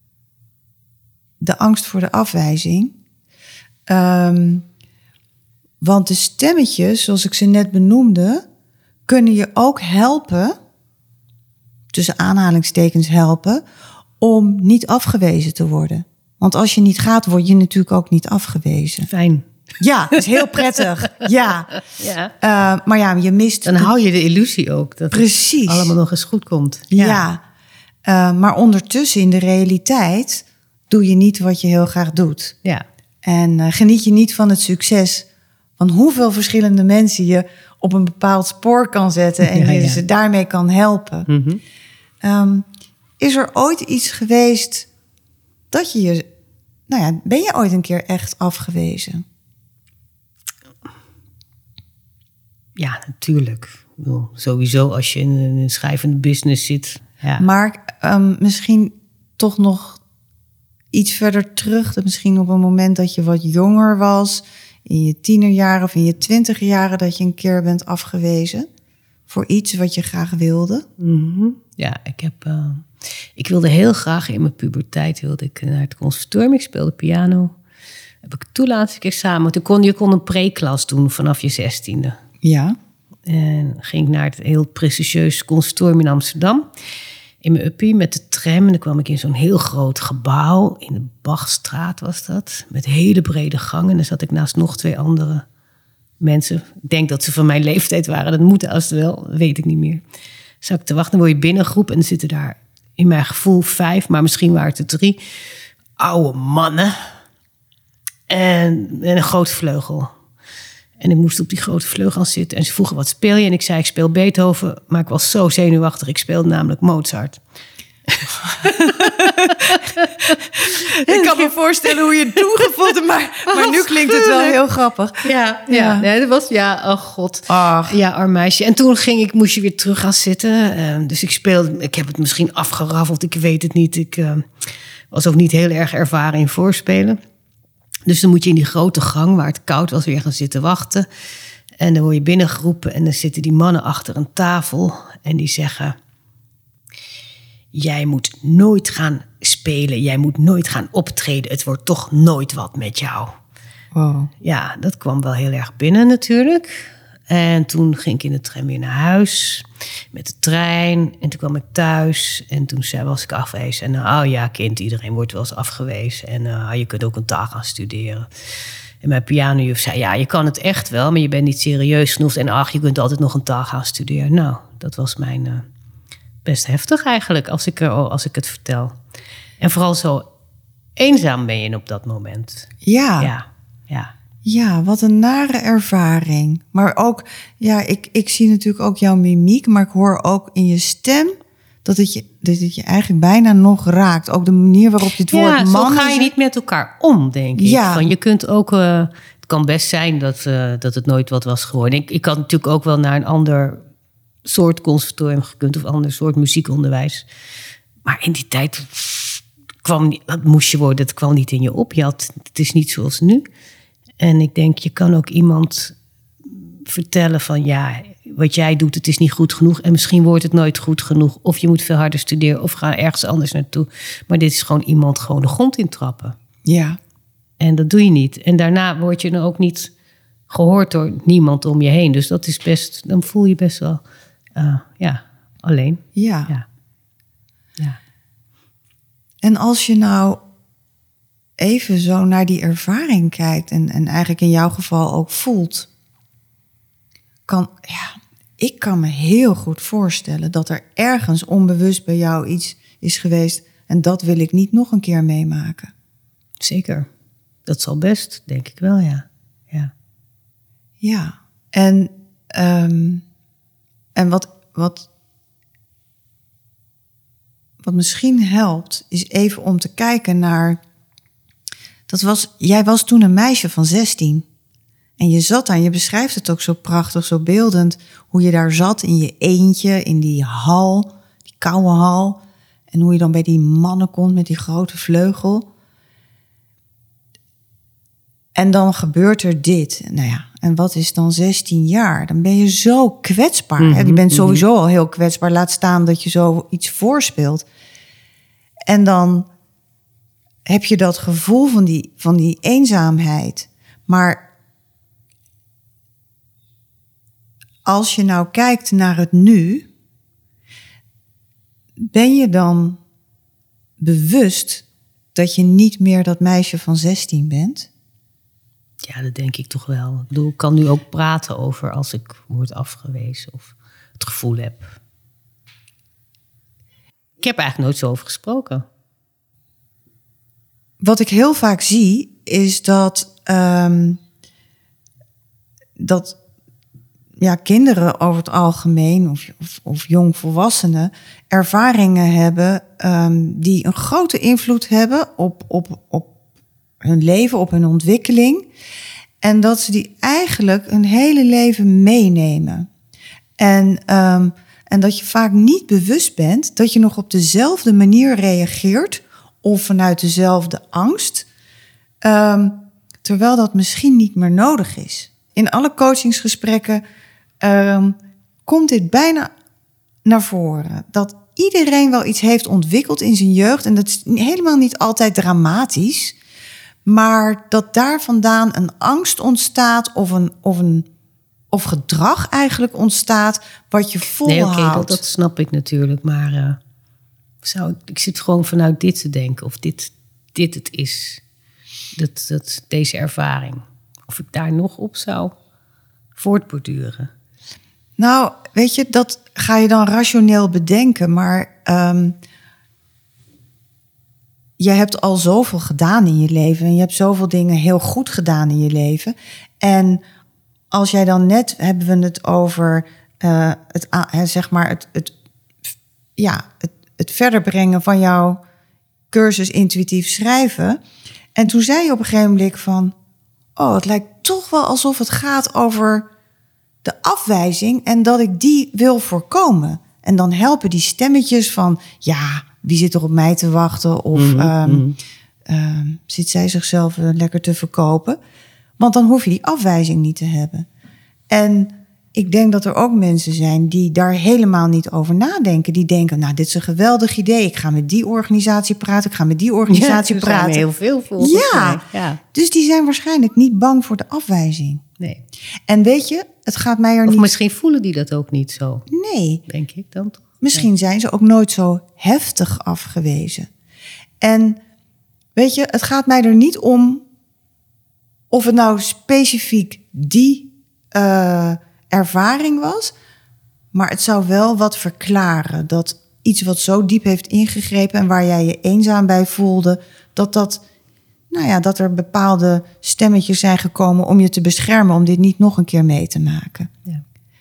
de angst voor de afwijzing. Um, want de stemmetjes, zoals ik ze net benoemde, kunnen je ook helpen, tussen aanhalingstekens helpen, om niet afgewezen te worden. Want als je niet gaat, word je natuurlijk ook niet afgewezen. Fijn. Ja, dat is heel prettig. Ja. Ja. Uh, maar ja, je mist... Dan hou je de illusie ook dat Precies. het allemaal nog eens goed komt. Ja. ja. Uh, maar ondertussen in de realiteit doe je niet wat je heel graag doet. Ja. En uh, geniet je niet van het succes van hoeveel verschillende mensen je op een bepaald spoor kan zetten en ja, je ja. ze daarmee kan helpen. Mm-hmm. Um, is er ooit iets geweest dat je je... Nou ja, ben je ooit een keer echt afgewezen? Ja, natuurlijk. Well, sowieso als je in een schrijvende business zit. Ja. Maar um, misschien toch nog iets verder terug. Dat misschien op een moment dat je wat jonger was, in je tienerjaren of in je twintiger jaren, dat je een keer bent afgewezen voor iets wat je graag wilde. Mm-hmm. Ja, ik heb, uh, ik wilde heel graag in mijn puberteit wilde ik naar het conservatorium. Ik speelde piano. Heb ik toelatingsexamen. Toen kon je kon een pre-klas doen vanaf je zestiende. Ja. En ging ik naar het heel prestigieus conservatorium in Amsterdam. In mijn uppie met de tram. En dan kwam ik in zo'n heel groot gebouw. In de Bachstraat was dat. Met hele brede gangen. En dan zat ik naast nog twee andere mensen. Ik denk dat ze van mijn leeftijd waren. Dat moet als het wel, weet ik niet meer. Zat ik te wachten. Dan word je binnengeroepen. En dan zitten daar in mijn gevoel vijf. Maar misschien waren het er drie. Oude mannen. En, en een grote vleugel. En ik moest op die grote vleugel gaan zitten. En ze vroegen, wat speel je? En ik zei, ik speel Beethoven. Maar ik was zo zenuwachtig. Ik speelde namelijk Mozart. Ik kan me voorstellen hoe je het toen gevoeld, maar, maar nu klinkt het wel heel grappig. Ja, ja. ja. Nee, dat was, ja, oh god. Ach. Ja, arm meisje. En toen ging ik, moest je weer terug gaan zitten. Uh, dus ik speelde, ik heb het misschien afgeraffeld. Ik weet het niet. Ik uh, was ook niet heel erg ervaren in voorspelen. Dus dan moet je in die grote gang, waar het koud was, weer gaan zitten wachten. En dan word je binnengeroepen en dan zitten die mannen achter een tafel. En die zeggen, jij moet nooit gaan spelen. Jij moet nooit gaan optreden. Het wordt toch nooit wat met jou. Wow. Ja, dat kwam wel heel erg binnen natuurlijk. En toen ging ik in de tram weer naar huis met de trein. En toen kwam ik thuis en toen zei, was ik afgewezen. En oh ja, kind, iedereen wordt wel eens afgewezen. En uh, je kunt ook een taal gaan studeren. En mijn pianojuf zei, ja, je kan het echt wel, maar je bent niet serieus genoeg. En ach, je kunt altijd nog een taal gaan studeren. Nou, dat was mijn uh, best heftig eigenlijk, als ik, er, als ik het vertel. En vooral zo eenzaam ben je op dat moment. Ja. Ja, ja. Ja, wat een nare ervaring. Maar ook, ja, ik, ik zie natuurlijk ook jouw mimiek, maar ik hoor ook in je stem dat het je, dat het je eigenlijk bijna nog raakt. Ook de manier waarop je het ja, woord man... Ja, zo ga je niet met elkaar om, denk ik. Ja. Van, je kunt ook, uh, het kan best zijn dat, uh, dat het nooit wat was geworden. Ik, ik had natuurlijk ook wel naar een ander soort conservatorium gekund of ander soort muziekonderwijs. Maar in die tijd kwam, dat moest je worden, het kwam niet in je op. Je had, het is niet zoals nu. En ik denk, je kan ook iemand vertellen van ja, wat jij doet, het is niet goed genoeg. En misschien wordt het nooit goed genoeg. Of je moet veel harder studeren of ga ergens anders naartoe. Maar dit is gewoon iemand gewoon de grond intrappen. Ja. En dat doe je niet. En daarna word je dan ook niet gehoord door niemand om je heen. Dus dat is best, dan voel je best wel, uh, ja, alleen. Ja. ja. Ja. En als je nou even zo naar die ervaring kijkt en, en eigenlijk in jouw geval ook voelt, kan, ja, ik kan me heel goed voorstellen dat er ergens onbewust bij jou iets is geweest en dat wil ik niet nog een keer meemaken. Zeker. Dat zal best, denk ik wel, ja. Ja, ja. En, um, en wat, wat, wat misschien helpt, is even om te kijken naar, dat was, jij was toen een meisje van zestien. En je zat daar, en je beschrijft het ook zo prachtig, zo beeldend, hoe je daar zat in je eentje, in die hal, die koude hal. En hoe je dan bij die mannen komt met die grote vleugel. En dan gebeurt er dit. Nou ja, en wat is dan zestien jaar? Dan ben je zo kwetsbaar. Mm-hmm, hè? Je bent sowieso mm-hmm. al heel kwetsbaar. Laat staan dat je zo iets voorspeelt. En dan heb je dat gevoel van die, van die eenzaamheid. Maar als je nou kijkt naar het nu, ben je dan bewust dat je niet meer dat meisje van zestien bent? Ja, dat denk ik toch wel. Ik bedoel, ik kan nu ook praten over als ik word afgewezen of het gevoel heb. Ik heb eigenlijk nooit zo over gesproken. Wat ik heel vaak zie, is dat, um, dat ja, kinderen over het algemeen, of, of, of jongvolwassenen, ervaringen hebben um, die een grote invloed hebben op, op, op hun leven, op hun ontwikkeling. En dat ze die eigenlijk hun hele leven meenemen. En, um, en dat je vaak niet bewust bent dat je nog op dezelfde manier reageert of vanuit dezelfde angst, um, terwijl dat misschien niet meer nodig is. In alle coachingsgesprekken um, komt dit bijna naar voren. Dat iedereen wel iets heeft ontwikkeld in zijn jeugd. En dat is helemaal niet altijd dramatisch. Maar dat daar vandaan een angst ontstaat of een, of een of gedrag eigenlijk ontstaat wat je volhoudt. Nee, oké, dat, dat snap ik natuurlijk. Maar uh, zou, ik zit gewoon vanuit dit te denken. Of dit, dit het is. Dat, dat, deze ervaring. Of ik daar nog op zou voortborduren. Nou, weet je, dat ga je dan rationeel bedenken. Maar um, je hebt al zoveel gedaan in je leven. En je hebt zoveel dingen heel goed gedaan in je leven. En als jij dan net, hebben we het over uh, het, uh, zeg maar het, het, ja, het, het verder brengen van jouw cursus intuïtief schrijven. En toen zei je op een gegeven moment van, oh, het lijkt toch wel alsof het gaat over de afwijzing en dat ik die wil voorkomen. En dan helpen die stemmetjes van, ja, wie zit er op mij te wachten? Of mm-hmm. um, um, zit zij zichzelf uh, lekker te verkopen? Want dan hoef je die afwijzing niet te hebben. En ik denk dat er ook mensen zijn die daar helemaal niet over nadenken. Die denken, nou, dit is een geweldig idee. Ik ga met die organisatie praten. Ik ga met die organisatie ja, praten. Er zijn heel veel volgens ja. mij. Ja, dus die zijn waarschijnlijk niet bang voor de afwijzing. Nee. En weet je, het gaat mij er of niet... misschien voelen die dat ook niet zo. Nee. Denk ik dan toch? Misschien nee. zijn ze ook nooit zo heftig afgewezen. En weet je, het gaat mij er niet om of het nou specifiek die uh, ervaring was, maar het zou wel wat verklaren dat iets wat zo diep heeft ingegrepen en waar jij je eenzaam bij voelde, dat dat, nou ja, dat er bepaalde stemmetjes zijn gekomen om je te beschermen, om dit niet nog een keer mee te maken. Ja.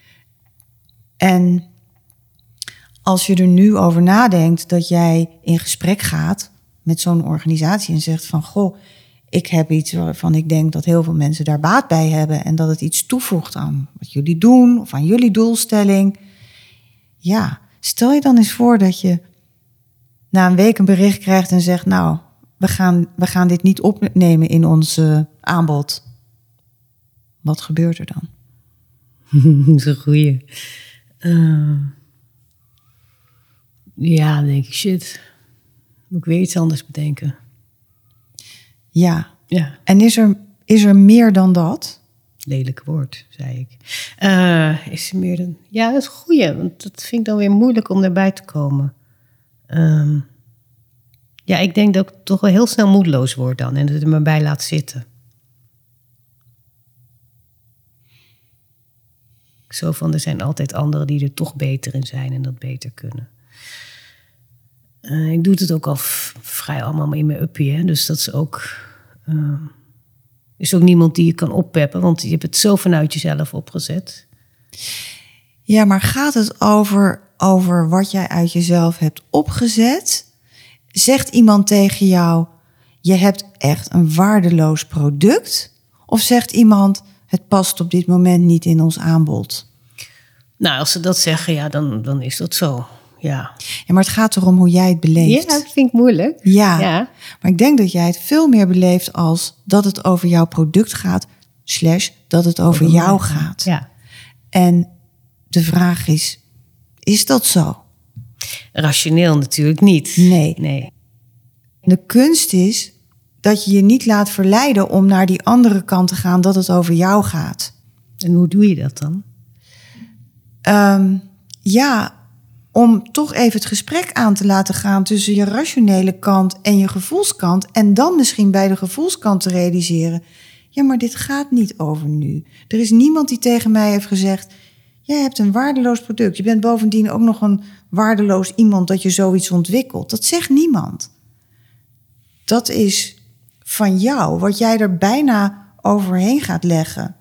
En als je er nu over nadenkt dat jij in gesprek gaat met zo'n organisatie en zegt van, goh, ik heb iets waarvan ik denk dat heel veel mensen daar baat bij hebben en dat het iets toevoegt aan wat jullie doen of aan jullie doelstelling. Ja, stel je dan eens voor dat je na een week een bericht krijgt en zegt, nou, we gaan, we gaan dit niet opnemen in ons uh, aanbod. Wat gebeurt er dan? Dat is een goeie. Uh, ja, dan denk ik, shit. Moet ik weer iets anders bedenken? Ja. Ja. En is er, is er meer dan dat? Lelijk woord, zei ik. Uh, is er meer dan... Ja, dat is een goeie. Want dat vind ik dan weer moeilijk om erbij te komen. Um, ja, ik denk dat ik toch wel heel snel moedeloos word dan. En dat het er maar bij laat zitten. Zo van, er zijn altijd anderen die er toch beter in zijn en dat beter kunnen. Uh, ik doe het ook al f- vrij allemaal in mijn uppie, hè. Dus dat is ook... Uh, is ook niemand die je kan oppeppen, want je hebt het zo vanuit jezelf opgezet. Ja, maar gaat het over, over wat jij uit jezelf hebt opgezet? Zegt iemand tegen jou, je hebt echt een waardeloos product? Of zegt iemand, het past op dit moment niet in ons aanbod? Nou, als ze dat zeggen, ja, dan, dan is dat zo. Ja. Ja, maar het gaat erom hoe jij het beleeft. Ja, dat vind ik moeilijk. Ja, ja, maar ik denk dat jij het veel meer beleeft als dat het over jouw product gaat, slash dat het over over jou mij. gaat. Ja. En de vraag is, is dat zo? Rationeel natuurlijk niet. Nee. nee. De kunst is dat je je niet laat verleiden om naar die andere kant te gaan, dat het over jou gaat. En hoe doe je dat dan? Um, ja, om toch even het gesprek aan te laten gaan tussen je rationele kant en je gevoelskant. En dan misschien bij de gevoelskant te realiseren, ja, maar dit gaat niet over nu. Er is niemand die tegen mij heeft gezegd, jij hebt een waardeloos product. Je bent bovendien ook nog een waardeloos iemand dat je zoiets ontwikkelt. Dat zegt niemand. Dat is van jou, wat jij er bijna overheen gaat leggen.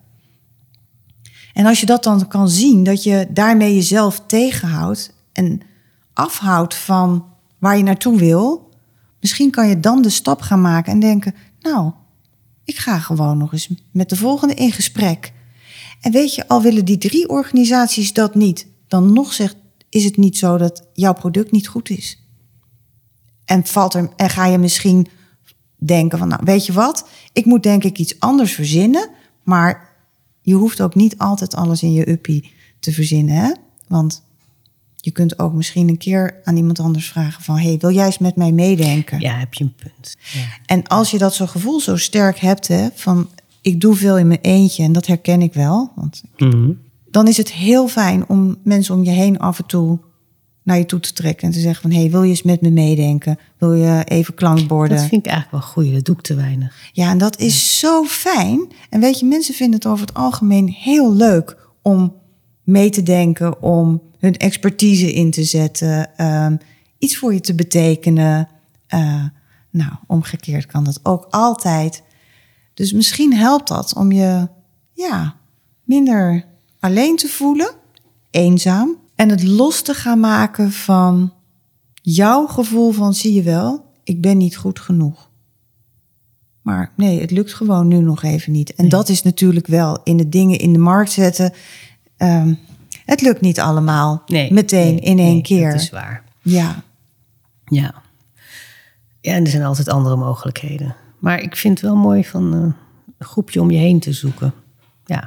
En als je dat dan kan zien, dat je daarmee jezelf tegenhoudt en afhoudt van waar je naartoe wil, misschien kan je dan de stap gaan maken en denken, nou, ik ga gewoon nog eens met de volgende in gesprek. En weet je, al willen die drie organisaties dat niet, dan nog zegt, is het niet zo dat jouw product niet goed is. En, valt er, en ga je misschien denken van, nou, weet je wat, ik moet denk ik iets anders verzinnen, maar je hoeft ook niet altijd alles in je uppie te verzinnen, hè? Want je kunt ook misschien een keer aan iemand anders vragen van, hey, wil jij eens met mij meedenken? Ja, heb je een punt. Ja. En als je dat zo'n gevoel zo sterk hebt, hè, van ik doe veel in mijn eentje, en dat herken ik wel, want Mm-hmm. dan is het heel fijn om mensen om je heen af en toe naar je toe te trekken en te zeggen van, hey, wil je eens met me meedenken? Wil je even klankborden? Dat vind ik eigenlijk wel goed. Dat doe ik te weinig. Ja, en dat is zo fijn. En weet je, mensen vinden het over het algemeen heel leuk om mee te denken, om hun expertise in te zetten, um, iets voor je te betekenen. Uh, nou, omgekeerd kan dat ook altijd. Dus misschien helpt dat om je ja, minder alleen te voelen, eenzaam, en het los te gaan maken van jouw gevoel van, zie je wel, ik ben niet goed genoeg. Maar nee, het lukt gewoon nu nog even niet. En nee. Dat is natuurlijk wel in de dingen in de markt zetten. Um, het lukt niet allemaal nee, meteen nee, in één nee, keer. Dat is waar. Ja. Ja. Ja, en er zijn altijd andere mogelijkheden. Maar ik vind het wel mooi van uh, een groepje om je heen te zoeken. Ja.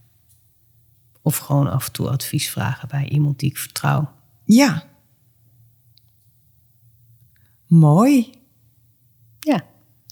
Of gewoon af en toe advies vragen bij iemand die ik vertrouw. Ja. Mooi. Ja.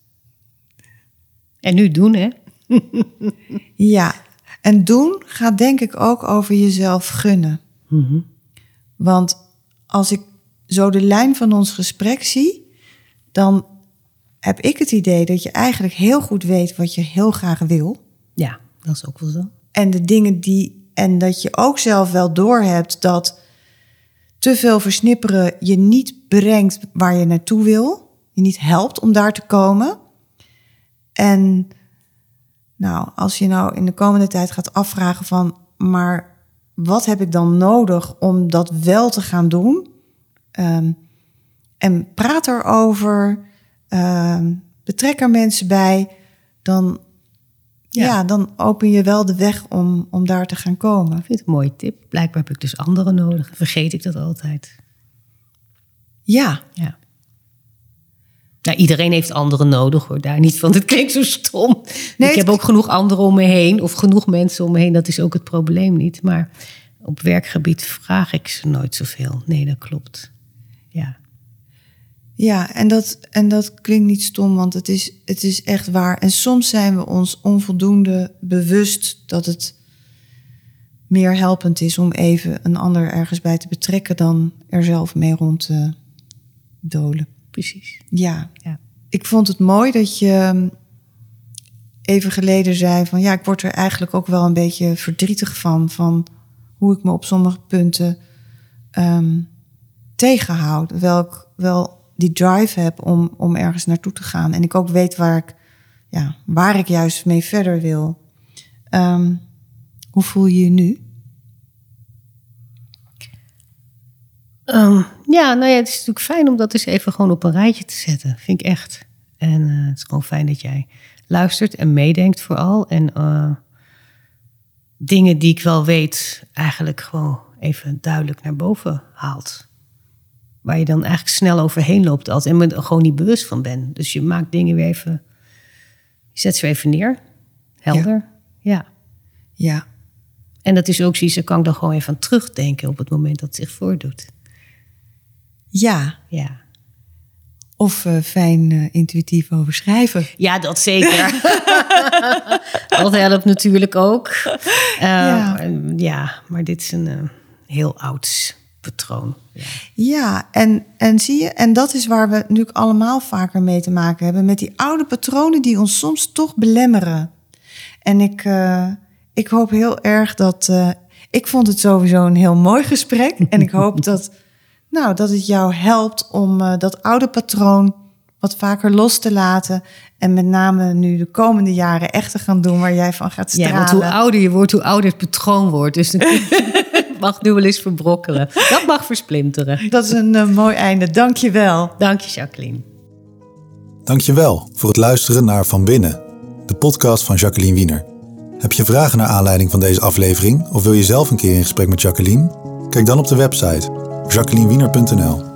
En nu doen, hè? Ja. En doen gaat denk ik ook over jezelf gunnen. Mm-hmm. Want als ik zo de lijn van ons gesprek zie, dan heb ik het idee dat je eigenlijk heel goed weet wat je heel graag wil. Ja, dat is ook wel zo. En de dingen die. En dat je ook zelf wel doorhebt dat te veel versnipperen je niet brengt waar je naartoe wil. Je niet helpt om daar te komen. En nou, als je nou in de komende tijd gaat afvragen van, maar wat heb ik dan nodig om dat wel te gaan doen? Um, en praat erover, um, betrek er mensen bij, dan, ja. ja, dan open je wel de weg om, om daar te gaan komen. Ik vind het een mooie tip. Blijkbaar heb ik dus anderen nodig. Vergeet ik dat altijd. Ja. Ja. Nou, iedereen heeft anderen nodig, hoor. Daar niet van. Het klinkt zo stom. Nee, ik heb ook genoeg anderen om me heen. Of genoeg mensen om me heen. Dat is ook het probleem niet. Maar op werkgebied vraag ik ze nooit zoveel. Nee, dat klopt. Ja. Ja, en dat, en dat klinkt niet stom, want het is, het is echt waar. En soms zijn we ons onvoldoende bewust dat het meer helpend is om even een ander ergens bij te betrekken dan er zelf mee rond te dolen. Precies. Ja. ja. Ik vond het mooi dat je even geleden zei van ja, ik word er eigenlijk ook wel een beetje verdrietig van, van hoe ik me op sommige punten um, tegenhoud. Terwijl ik wel die drive heb om, om ergens naartoe te gaan. En ik ook weet waar ik, ja, waar ik juist mee verder wil. Um, hoe voel je je nu? Um, ja, nou ja, het is natuurlijk fijn om dat eens even gewoon op een rijtje te zetten. Vind ik echt. En uh, het is gewoon fijn dat jij luistert en meedenkt vooral. En uh, dingen die ik wel weet eigenlijk gewoon even duidelijk naar boven haalt. Waar je dan eigenlijk snel overheen loopt altijd. En me er gewoon niet bewust van bent. Dus je maakt dingen weer even... Je zet ze weer even neer. Helder. Ja. ja. Ja. En dat is ook zoiets, daar kan ik dan gewoon even aan terugdenken op het moment dat het zich voordoet. Ja. Ja. Of uh, fijn uh, intuïtief over schrijven. Ja, dat zeker. Dat helpt natuurlijk ook. Uh, ja. ja, maar dit is een uh, heel oud patroon. Ja, ja en, en zie je, en dat is waar we natuurlijk allemaal vaker mee te maken hebben. Met die oude patronen die ons soms toch belemmeren. En ik, uh, ik hoop heel erg dat... Uh, ik vond het sowieso een heel mooi gesprek. En ik hoop dat, nou, dat het jou helpt om uh, dat oude patroon wat vaker los te laten. En met name nu de komende jaren echt te gaan doen waar jij van gaat stralen. Ja, want hoe ouder je wordt, hoe ouder het patroon wordt. Dus het mag nu wel eens verbrokkelen. Dat mag versplinteren. Dat is een uh, mooi einde. Dank je wel. Dank je, Jacqueline. Dank je wel voor het luisteren naar Van Binnen, de podcast van Jacqueline Wiener. Heb je vragen naar aanleiding van deze aflevering of wil je zelf een keer in gesprek met Jacqueline? Kijk dan op de website jacqueline wiener punt n l.